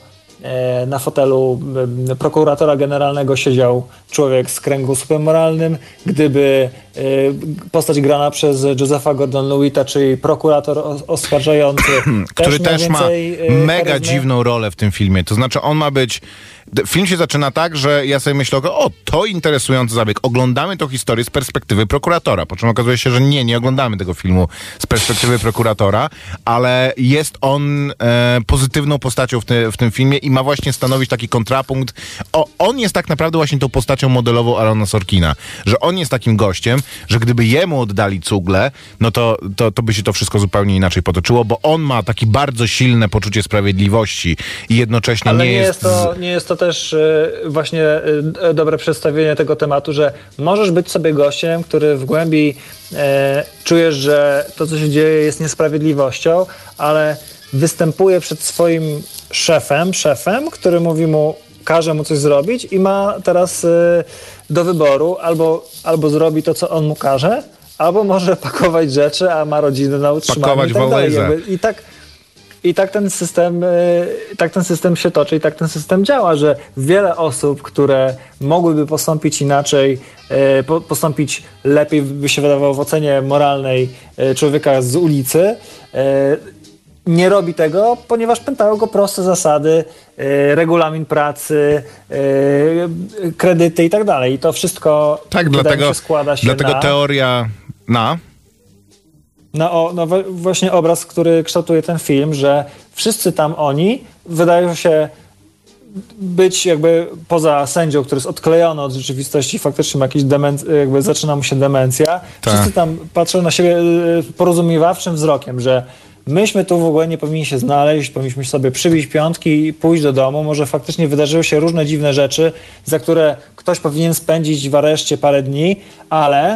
Speaker 4: prokuratora generalnego siedział człowiek z kręgosłupem moralnym, gdyby postać grana przez Josepha Gordon-Lewita, czyli prokurator oskarżający,
Speaker 2: który też ma mega
Speaker 4: charyzmy.
Speaker 2: dziwną rolę w tym filmie. To znaczy on ma być... Film się zaczyna tak, że ja sobie myślę, to interesujący zabieg. Oglądamy tą historię z perspektywy prokuratora, po czym okazuje się, że nie oglądamy tego filmu z perspektywy prokuratora, ale jest on pozytywną postacią w tym filmie i ma właśnie stanowić taki kontrapunkt. On jest tak naprawdę właśnie tą postacią modelową Arona Sorkina, że on jest takim gościem, że gdyby jemu oddali cugle, to by się to wszystko zupełnie inaczej potoczyło, bo on ma takie bardzo silne poczucie sprawiedliwości i jednocześnie
Speaker 4: ale nie jest to też właśnie dobre przedstawienie tego tematu, że możesz być sobie gościem, który w głębi czujesz, że to, co się dzieje, jest niesprawiedliwością, ale występuje przed swoim szefem, który każe mu coś zrobić i ma teraz do wyboru albo zrobi to, co on mu każe, albo może pakować rzeczy, a ma rodzinę na utrzymanie.
Speaker 2: Pakować wałęzę.
Speaker 4: I tak ten system się toczy i tak ten system działa, że wiele osób, które mogłyby postąpić inaczej, postąpić lepiej, by się wydawało w ocenie moralnej człowieka z ulicy, nie robi tego, ponieważ pętają go proste zasady, regulamin pracy, kredyty i tak dalej. I to wszystko się składa się
Speaker 2: dlatego teoria
Speaker 4: właśnie obraz, który kształtuje ten film, że wszyscy tam oni wydają się być jakby poza sędzią, który jest odklejony od rzeczywistości, faktycznie ma jakiś jakby zaczyna mu się demencja. Wszyscy tam patrzą na siebie porozumiewawczym wzrokiem, że myśmy tu w ogóle nie powinni się znaleźć, powinniśmy sobie przybić piątki i pójść do domu. Może faktycznie wydarzyły się różne dziwne rzeczy, za które ktoś powinien spędzić w areszcie parę dni, ale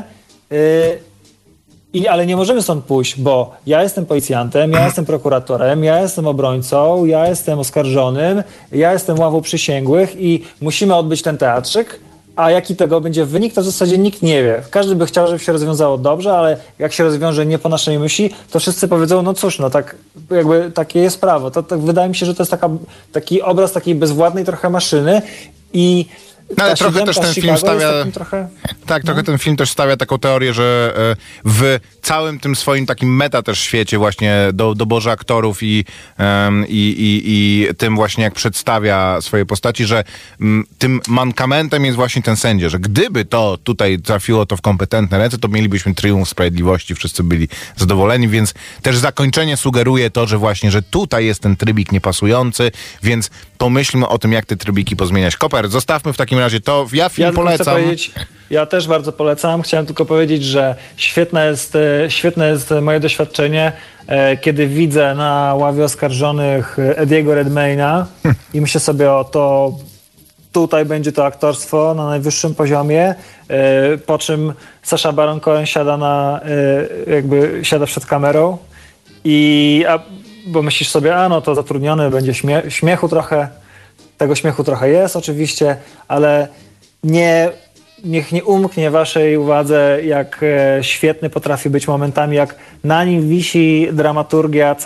Speaker 4: nie możemy stąd pójść, bo ja jestem policjantem, ja jestem prokuratorem, ja jestem obrońcą, ja jestem oskarżonym, ja jestem ławą przysięgłych i musimy odbyć ten teatrzyk, a jaki tego będzie wynik, to w zasadzie nikt nie wie. Każdy by chciał, żeby się rozwiązało dobrze, ale jak się rozwiąże nie po naszej myśli, to wszyscy powiedzą, takie jest prawo. To wydaje mi się, że to jest taki obraz takiej bezwładnej trochę maszyny i
Speaker 2: ale trochę też ten film stawia... Trochę ten film też stawia taką teorię, że w całym tym swoim takim meta też świecie właśnie doborze aktorów i tym właśnie jak przedstawia swoje postaci, że tym mankamentem jest właśnie ten sędzia, że gdyby to tutaj trafiło to w kompetentne ręce, to mielibyśmy triumf sprawiedliwości, wszyscy byli zadowoleni, więc też zakończenie sugeruje to, że właśnie, że tutaj jest ten trybik niepasujący, więc pomyślmy o tym, jak te trybiki pozmieniać. Koper, zostawmy w takim razie to. Ja film polecam.
Speaker 4: Ja też bardzo polecam. Chciałem tylko powiedzieć, że świetne jest moje doświadczenie, kiedy widzę na ławie oskarżonych Ediego Redmayna i myślę sobie, tutaj będzie to aktorstwo na najwyższym poziomie, po czym Sacha Baron Cohen siada przed kamerą bo myślisz sobie, no to zatrudniony, będzie śmiechu trochę, tego śmiechu trochę jest oczywiście, ale niech nie umknie waszej uwadze, jak świetny potrafi być momentami, jak na nim wisi dramaturgia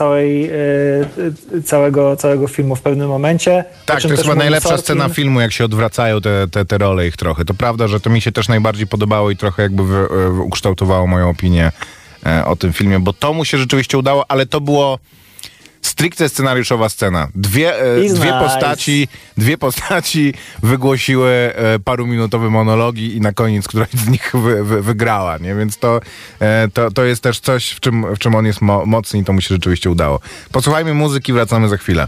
Speaker 4: całego filmu w pewnym momencie.
Speaker 2: Tak, to jest chyba najlepsza scena filmu, jak się odwracają te role ich trochę. To prawda, że to mi się też najbardziej podobało i trochę jakby ukształtowało moją opinię o tym filmie, bo to mu się rzeczywiście udało, ale to było stricte scenariuszowa scena. Dwie postaci wygłosiły paruminutowe monologi i na koniec któraś z nich wygrała, nie? Więc to jest też coś, w czym on jest mocny i to mu się rzeczywiście udało. Posłuchajmy muzyki, wracamy za chwilę.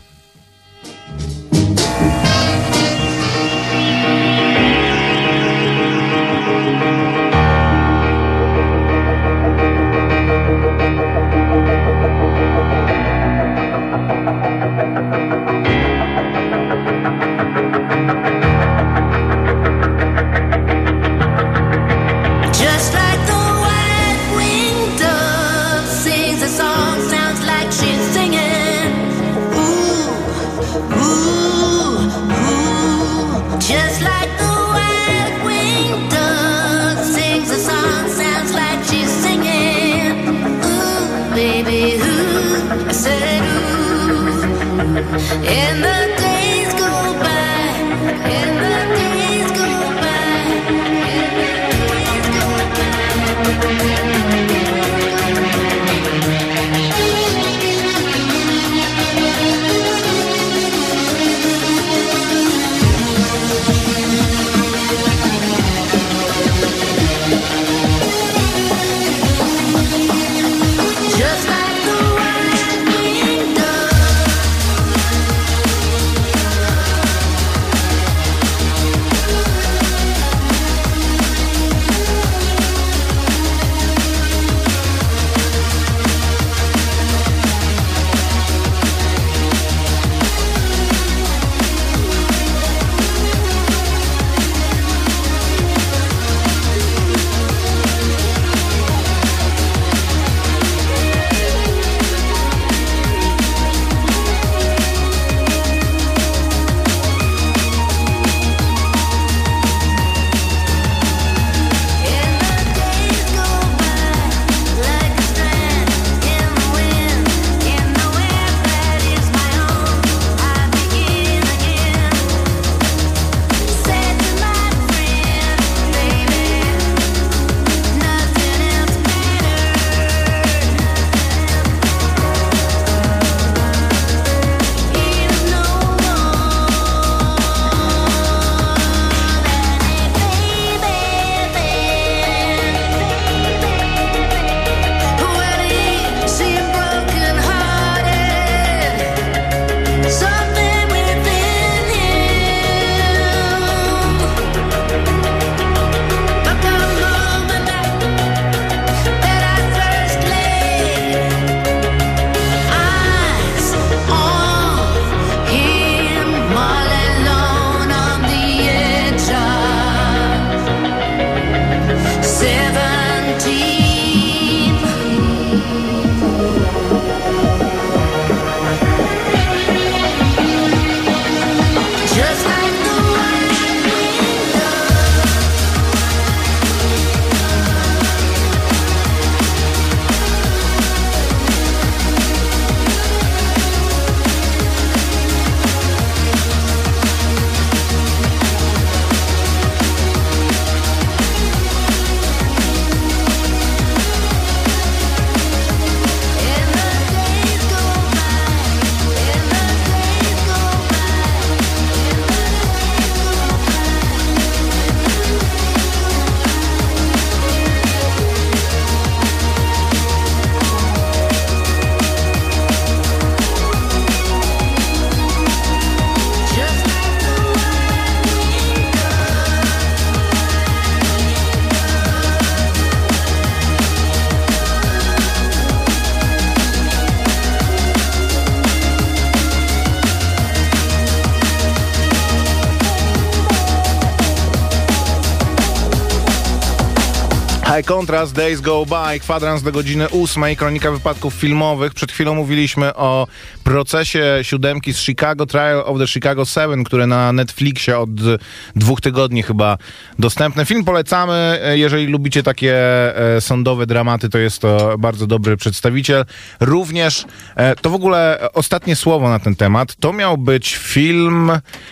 Speaker 2: High Contrast, Days Go By, kwadrans do godziny 8, kronika wypadków filmowych. Przed chwilą mówiliśmy o procesie siódemki z Chicago, Trial of the Chicago 7, które na Netflixie od 2 tygodni chyba dostępne. Film polecamy, jeżeli lubicie takie sądowe dramaty, to jest to bardzo dobry przedstawiciel. Również, to w ogóle ostatnie słowo na ten temat, to miał być film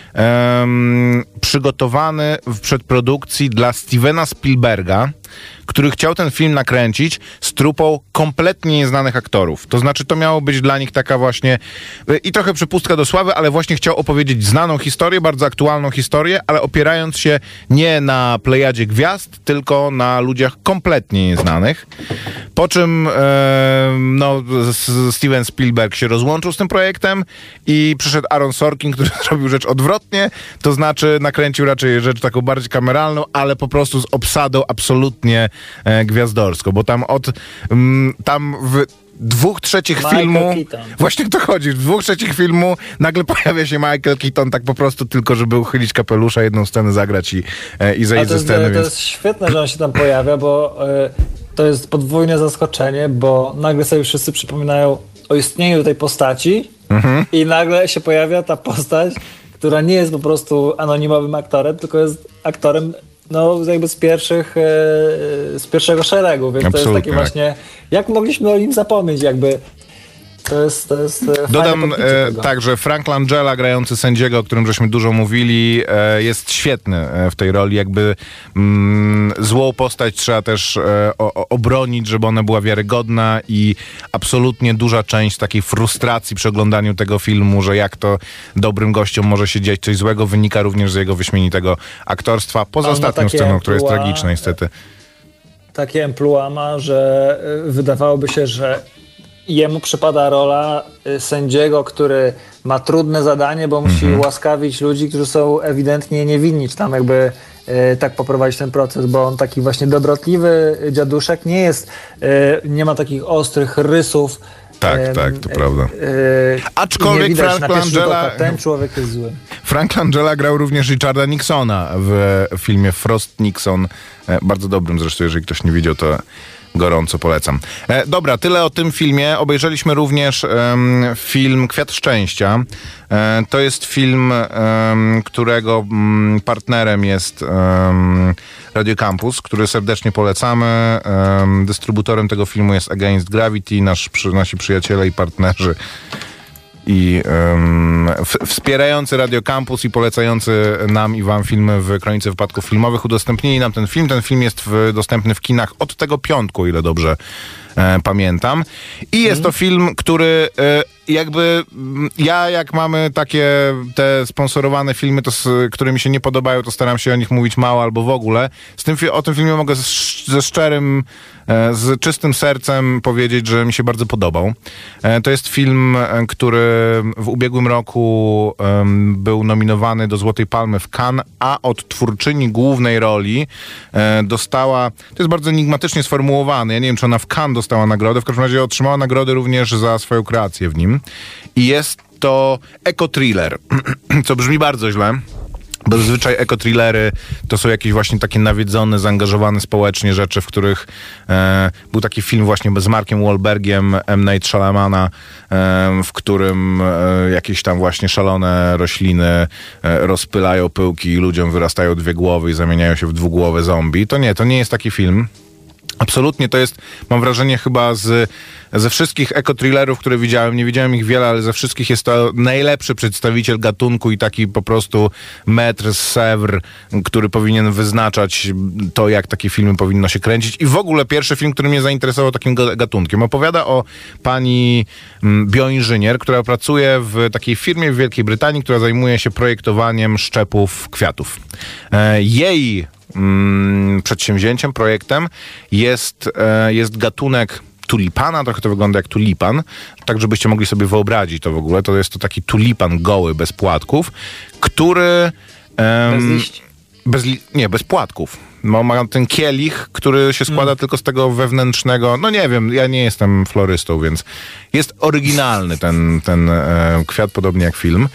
Speaker 2: przygotowany w przedprodukcji dla Stevena Spielberga, który chciał ten film nakręcić z trupą kompletnie nieznanych aktorów. To znaczy, to miało być dla nich taka właśnie i trochę przepustka do sławy, ale właśnie chciał opowiedzieć znaną historię, bardzo aktualną historię, ale opierając się nie na plejadzie gwiazd, tylko na ludziach kompletnie nieznanych. Po czym Steven Spielberg się rozłączył z tym projektem i przyszedł Aaron Sorkin, który zrobił rzecz odwrotnie, to znaczy nakręcił raczej rzecz taką bardziej kameralną, ale po prostu z obsadą absolutnie gwiazdorską, bo tam w 2/3 filmu,
Speaker 4: Keaton.
Speaker 2: właśnie o to chodzi, w 2/3 filmu nagle pojawia się Michael Keaton tak po prostu tylko, żeby uchylić kapelusza, jedną scenę zagrać i zejść ze sceny.
Speaker 4: To jest świetne, że on się tam pojawia, bo to jest podwójne zaskoczenie, bo nagle sobie wszyscy przypominają o istnieniu tej postaci i nagle się pojawia ta postać, która nie jest po prostu anonimowym aktorem, tylko jest aktorem jakby z pierwszego szeregu, więc
Speaker 2: absolutnie,
Speaker 4: to jest takie właśnie, jak mogliśmy o nim zapomnieć, jakby to jest
Speaker 2: Dodam także Frank Langella, grający sędziego, o którym żeśmy dużo mówili, jest świetny w tej roli, jakby złą postać trzeba też obronić, żeby ona była wiarygodna i absolutnie duża część takiej frustracji przy oglądaniu tego filmu, że jak to dobrym gościom może się dziać coś złego, wynika również z jego wyśmienitego aktorstwa, poza ostatnią sceną, która jest tragiczna niestety.
Speaker 4: Takie emploi ma, że wydawałoby się, że jemu przypada rola sędziego, który ma trudne zadanie, bo musi łaskawić ludzi, którzy są ewidentnie niewinni, czy tam jakby tak poprowadzić ten proces, bo on taki właśnie dobrotliwy dziaduszek nie ma takich ostrych rysów.
Speaker 2: Tak, to prawda. Aczkolwiek Frank Langella,
Speaker 4: ten człowiek jest zły.
Speaker 2: Frank Langella grał również Richarda Nixona w filmie Frost Nixon. Bardzo dobrym zresztą, jeżeli ktoś nie widział, to gorąco polecam. Dobra, tyle o tym filmie. Obejrzeliśmy również film Kwiat Szczęścia. To jest film, którego partnerem jest Radio Campus, który serdecznie polecamy. Dystrybutorem tego filmu jest Against Gravity, nasi przyjaciele i partnerzy i wspierający Radio Campus i polecający nam i wam filmy w Kronice Wypadków Filmowych udostępnili nam ten film. Ten film jest dostępny w kinach od tego piątku, ile dobrze pamiętam. I jest to film, który jakby jak mamy te sponsorowane filmy, które mi się nie podobają, to staram się o nich mówić mało albo w ogóle. O tym filmie mogę z czystym sercem powiedzieć, że mi się bardzo podobał. To jest film, który w ubiegłym roku był nominowany do Złotej Palmy w Cannes, a od twórczyni głównej roli dostała, to jest bardzo enigmatycznie sformułowane, ja nie wiem, czy ona w Cannes dostała nagrodę, w każdym razie otrzymała nagrodę również za swoją kreację w nim. I jest to eko-thriller, co brzmi bardzo źle, bo zazwyczaj eko-thrillery to są jakieś właśnie takie nawiedzone, zaangażowane społecznie rzeczy, w których był taki film właśnie z Markiem Wahlbergiem, M. Night Shyamalana, w którym jakieś tam właśnie szalone rośliny rozpylają pyłki i ludziom wyrastają 2 głowy i zamieniają się w dwugłowe zombie. To nie jest taki film. Absolutnie to jest, mam wrażenie, chyba ze wszystkich eko-thrillerów, które widziałem, nie widziałem ich wiele, ale ze wszystkich jest to najlepszy przedstawiciel gatunku i taki po prostu maître Sèvres, który powinien wyznaczać to, jak takie filmy powinno się kręcić. I w ogóle pierwszy film, który mnie zainteresował takim gatunkiem. Opowiada o pani bioinżynier, która pracuje w takiej firmie w Wielkiej Brytanii, która zajmuje się projektowaniem szczepów kwiatów. Jej przedsięwzięciem, projektem jest gatunek tulipana, trochę to wygląda jak tulipan, tak żebyście mogli sobie wyobrazić to w ogóle. To jest to taki tulipan goły, bez płatków, który...
Speaker 4: bez liści?
Speaker 2: Bez płatków. Ma ten kielich, który się składa tylko z tego wewnętrznego, no nie wiem, ja nie jestem florystą, więc jest oryginalny ten kwiat, podobnie jak film.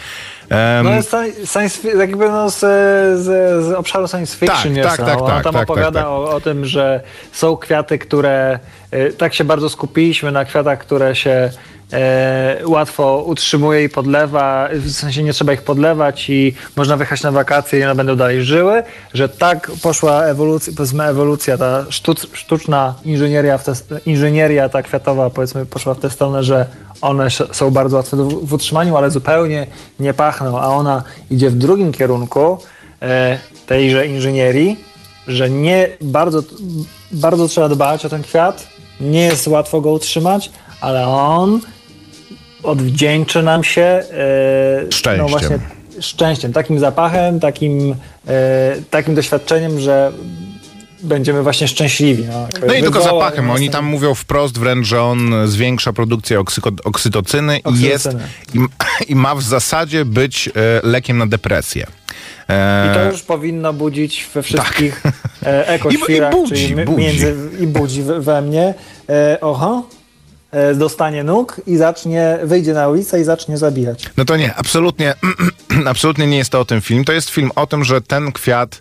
Speaker 4: No jest jakby z obszaru science fiction jest. Ona tam opowiada o tym, że są kwiaty, które tak się bardzo skupiliśmy na kwiatach, które się łatwo utrzymuje i podlewa, w sensie nie trzeba ich podlewać i można wyjechać na wakacje i one będą dalej żyły, że tak poszła ewolucja, ta sztuczna inżynieria ta kwiatowa, powiedzmy, poszła w tę stronę, że one są bardzo łatwe w utrzymaniu, ale zupełnie nie pachną, a ona idzie w drugim kierunku tejże inżynierii, że nie bardzo trzeba dbać o ten kwiat, nie jest łatwo go utrzymać, ale on odwdzięczy nam się
Speaker 2: szczęściem.
Speaker 4: No właśnie, szczęściem, takim zapachem, takim doświadczeniem, że będziemy właśnie szczęśliwi.
Speaker 2: No i tylko zapachem. Oni tam mówią wprost wręcz, że on zwiększa produkcję oksytocyny i ma w zasadzie być lekiem na depresję.
Speaker 4: I to już powinno budzić we wszystkich ekoświrach, i budzi we mnie. Dostanie nóg i wyjdzie na ulicę i zacznie zabijać.
Speaker 2: No to nie, absolutnie nie jest to o tym film. To jest film o tym, że ten kwiat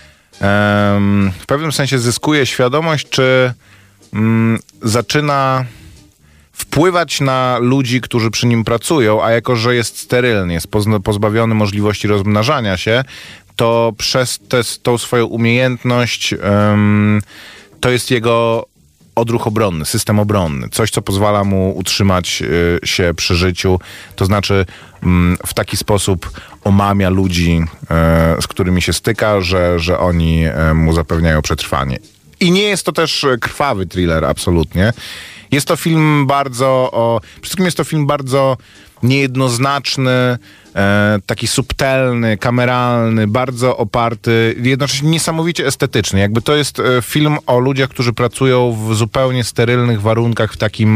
Speaker 2: w pewnym sensie zyskuje świadomość, czy zaczyna wpływać na ludzi, którzy przy nim pracują, a jako, że jest sterylny, jest pozbawiony możliwości rozmnażania się, to przez tą swoją umiejętność to jest jego odruch obronny, system obronny. Coś, co pozwala mu utrzymać się przy życiu. To znaczy w taki sposób omamia ludzi, z którymi się styka, że oni mu zapewniają przetrwanie. I nie jest to też krwawy thriller, absolutnie. Jest to film przede wszystkim jest to film bardzo niejednoznaczny, taki subtelny, kameralny, bardzo oparty, jednocześnie niesamowicie estetyczny. Jakby to jest film o ludziach, którzy pracują w zupełnie sterylnych warunkach, w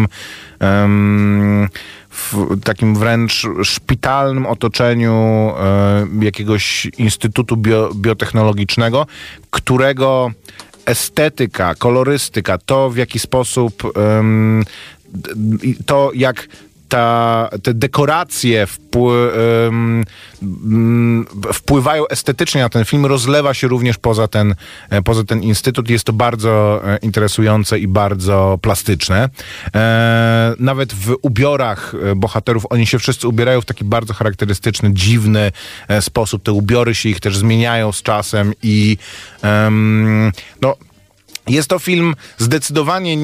Speaker 2: takim wręcz szpitalnym otoczeniu jakiegoś instytutu biotechnologiczne, którego estetyka, kolorystyka, to w jaki sposób to jak te dekoracje wpływają estetycznie na ten film, rozlewa się również poza ten instytut. Jest to bardzo interesujące i bardzo plastyczne. Nawet w ubiorach bohaterów oni się wszyscy ubierają w taki bardzo charakterystyczny, dziwny sposób. Te ubiory się ich też zmieniają z czasem i jest to film zdecydowanie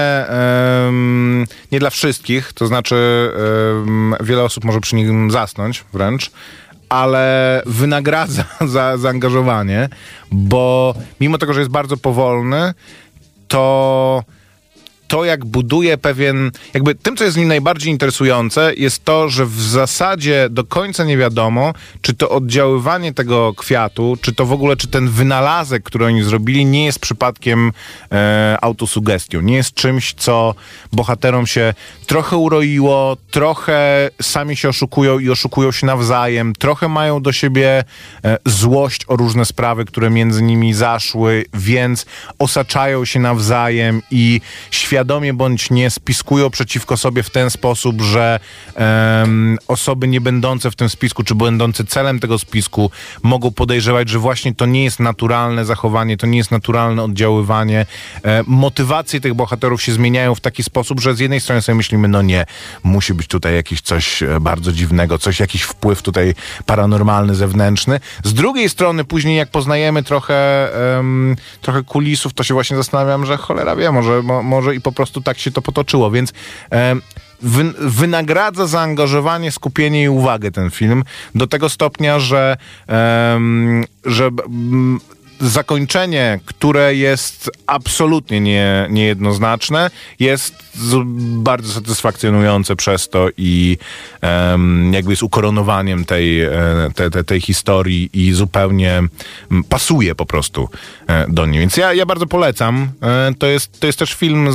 Speaker 2: nie dla wszystkich, to znaczy wiele osób może przy nim zasnąć wręcz, ale wynagradza za zaangażowanie, bo mimo tego, że jest bardzo powolny, to jak buduje jakby tym, co jest w nim najbardziej interesujące, jest to, że w zasadzie do końca nie wiadomo, czy to oddziaływanie tego kwiatu, czy to w ogóle, czy ten wynalazek, który oni zrobili, nie jest przypadkiem autosugestią. Nie jest czymś, co bohaterom się trochę uroiło, trochę sami się oszukują i oszukują się nawzajem, trochę mają do siebie złość o różne sprawy, które między nimi zaszły, więc osaczają się nawzajem i świadomie bądź nie spiskują przeciwko sobie w ten sposób, że osoby nie będące w tym spisku, czy będące celem tego spisku mogą podejrzewać, że właśnie to nie jest naturalne zachowanie, to nie jest naturalne oddziaływanie. Motywacje tych bohaterów się zmieniają w taki sposób, że z jednej strony sobie myślimy, no nie, musi być tutaj jakieś coś bardzo dziwnego, jakiś wpływ tutaj paranormalny, zewnętrzny. Z drugiej strony później jak poznajemy trochę kulisów, to się właśnie zastanawiam, że cholera wie, może i po prostu tak się to potoczyło, więc wynagradza zaangażowanie, skupienie i uwagę ten film do tego stopnia, że zakończenie, które jest absolutnie niejednoznaczne, jest bardzo satysfakcjonujące przez to i jakby jest ukoronowaniem tej historii i zupełnie pasuje po prostu do niej. Więc ja bardzo polecam. To jest też film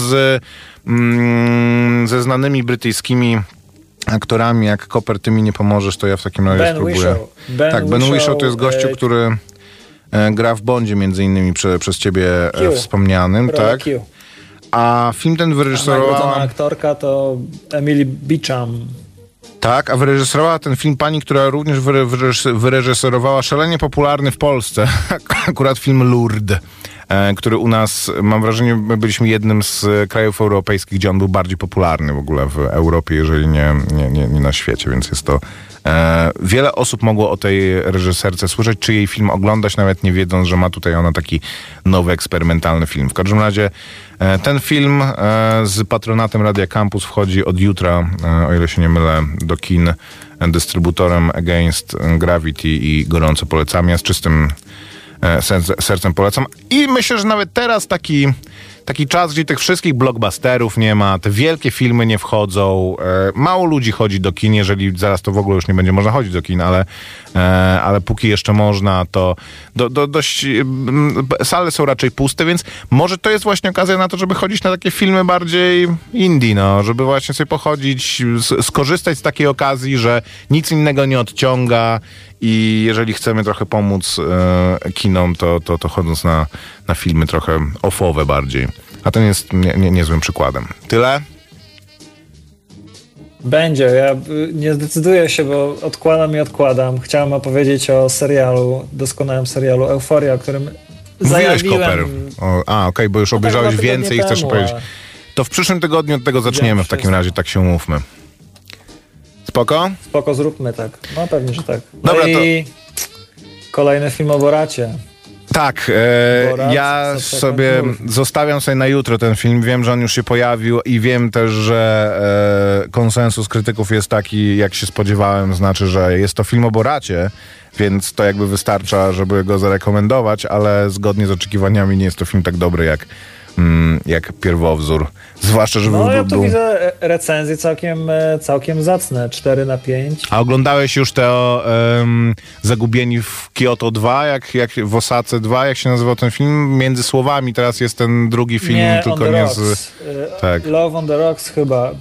Speaker 2: ze znanymi brytyjskimi aktorami. Jak Koper, ty mi nie pomożesz, to ja w takim razie spróbuję. Ben Whishaw to jest gościu, który gra w Bondzie między innymi przez ciebie wspomnianym, tak?
Speaker 4: Q.
Speaker 2: A film ten wyreżyserowała...
Speaker 4: Nagrodzona aktorka to Emily Beecham.
Speaker 2: Tak, a wyreżyserowała ten film pani, która również wyreżyserowała szalenie popularny w Polsce, akurat film Lourdes, który u nas, mam wrażenie, my byliśmy jednym z krajów europejskich, gdzie on był bardziej popularny w ogóle w Europie, jeżeli nie na świecie, więc jest to... wiele osób mogło o tej reżyserce słyszeć, czy jej film oglądać, nawet nie wiedząc, że ma tutaj ona taki nowy, eksperymentalny film. W każdym razie ten film z patronatem Radia Campus wchodzi od jutra, o ile się nie mylę, do kin dystrybutorem Against Gravity i gorąco polecam. Ja z czystym sercem polecam. I myślę, że nawet teraz taki czas, gdzie tych wszystkich blockbusterów nie ma, te wielkie filmy nie wchodzą, mało ludzi chodzi do kin, jeżeli zaraz to w ogóle już nie będzie można chodzić do kin, ale póki jeszcze można, to dość sale są raczej puste, więc może to jest właśnie okazja na to, żeby chodzić na takie filmy bardziej indie, no, żeby właśnie sobie pochodzić, skorzystać z takiej okazji, że nic innego nie odciąga i jeżeli chcemy trochę pomóc kinom, to chodząc na filmy trochę offowe bardziej. A ten jest niezłym przykładem. Tyle?
Speaker 4: Będzie. Ja nie zdecyduję się, bo odkładam. Chciałem opowiedzieć o serialu, doskonałym serialu Euforia, o którym
Speaker 2: Mówiłeś,
Speaker 4: zajawiłem...
Speaker 2: Koper. Okej, bo już obejrzałeś więcej i chcesz powiedzieć. To w przyszłym tygodniu od tego zaczniemy w takim razie, tak się umówmy. Spoko?
Speaker 4: Spoko, zróbmy tak. No pewnie, że tak.
Speaker 2: Dobra,
Speaker 4: i kolejny film o Boracie.
Speaker 2: Tak, ja sobie zostawiam sobie na jutro ten film. Wiem, że on już się pojawił i wiem też, że konsensus krytyków jest taki, jak się spodziewałem, znaczy, że jest to film o Boracie, więc to jakby wystarcza, żeby go zarekomendować, ale zgodnie z oczekiwaniami nie jest to film tak dobry jak pierwowzór. Zwłaszcza, że
Speaker 4: ja tu widzę recenzje całkiem zacne. 4/5.
Speaker 2: A oglądałeś już te Zagubieni w Kyoto 2, jak w Osace 2, jak się nazywał ten film? Między słowami teraz jest ten drugi film, tylko nie z...
Speaker 4: Tak. Love on the Rocks chyba.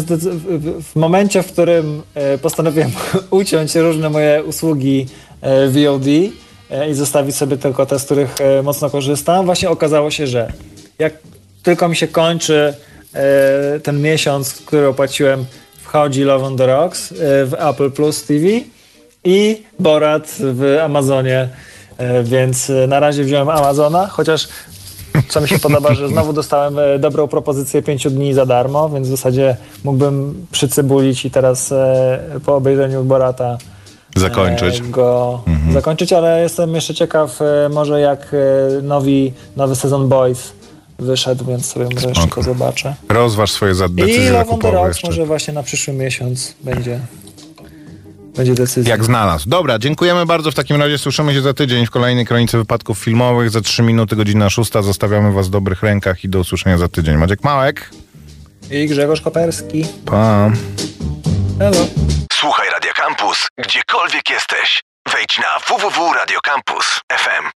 Speaker 4: W momencie, w którym postanowiłem uciąć różne moje usługi VOD i zostawić sobie tylko te, z których mocno korzystam, właśnie okazało się, że jak tylko mi się kończy ten miesiąc, który opłaciłem, wchodzi Love on the Rocks w Apple Plus TV i Borat w Amazonie, więc na razie wziąłem Amazona, chociaż co mi się podoba, że znowu dostałem dobrą propozycję 5 dni za darmo, więc w zasadzie mógłbym przycybulić i teraz po obejrzeniu Borata zakończyć, ale jestem jeszcze ciekaw może jak nowy sezon Boys wyszedł, więc sobie może jeszcze to zobaczę.
Speaker 2: Rozważ swoje decyzje zakupowe jeszcze.
Speaker 4: Może właśnie na przyszły miesiąc będzie decyzja.
Speaker 2: Jak znalazł. Dobra, dziękujemy bardzo. W takim razie słyszymy się za tydzień w kolejnej kronice wypadków filmowych. Za 3 minuty, godzina 6. Zostawiamy was w dobrych rękach i do usłyszenia za tydzień. Maciek Małek
Speaker 4: i Grzegorz Koperski.
Speaker 2: Pa.
Speaker 4: Hello.
Speaker 3: Słuchaj Radia Campus, gdziekolwiek jesteś. Wejdź na www.radiocampus.fm.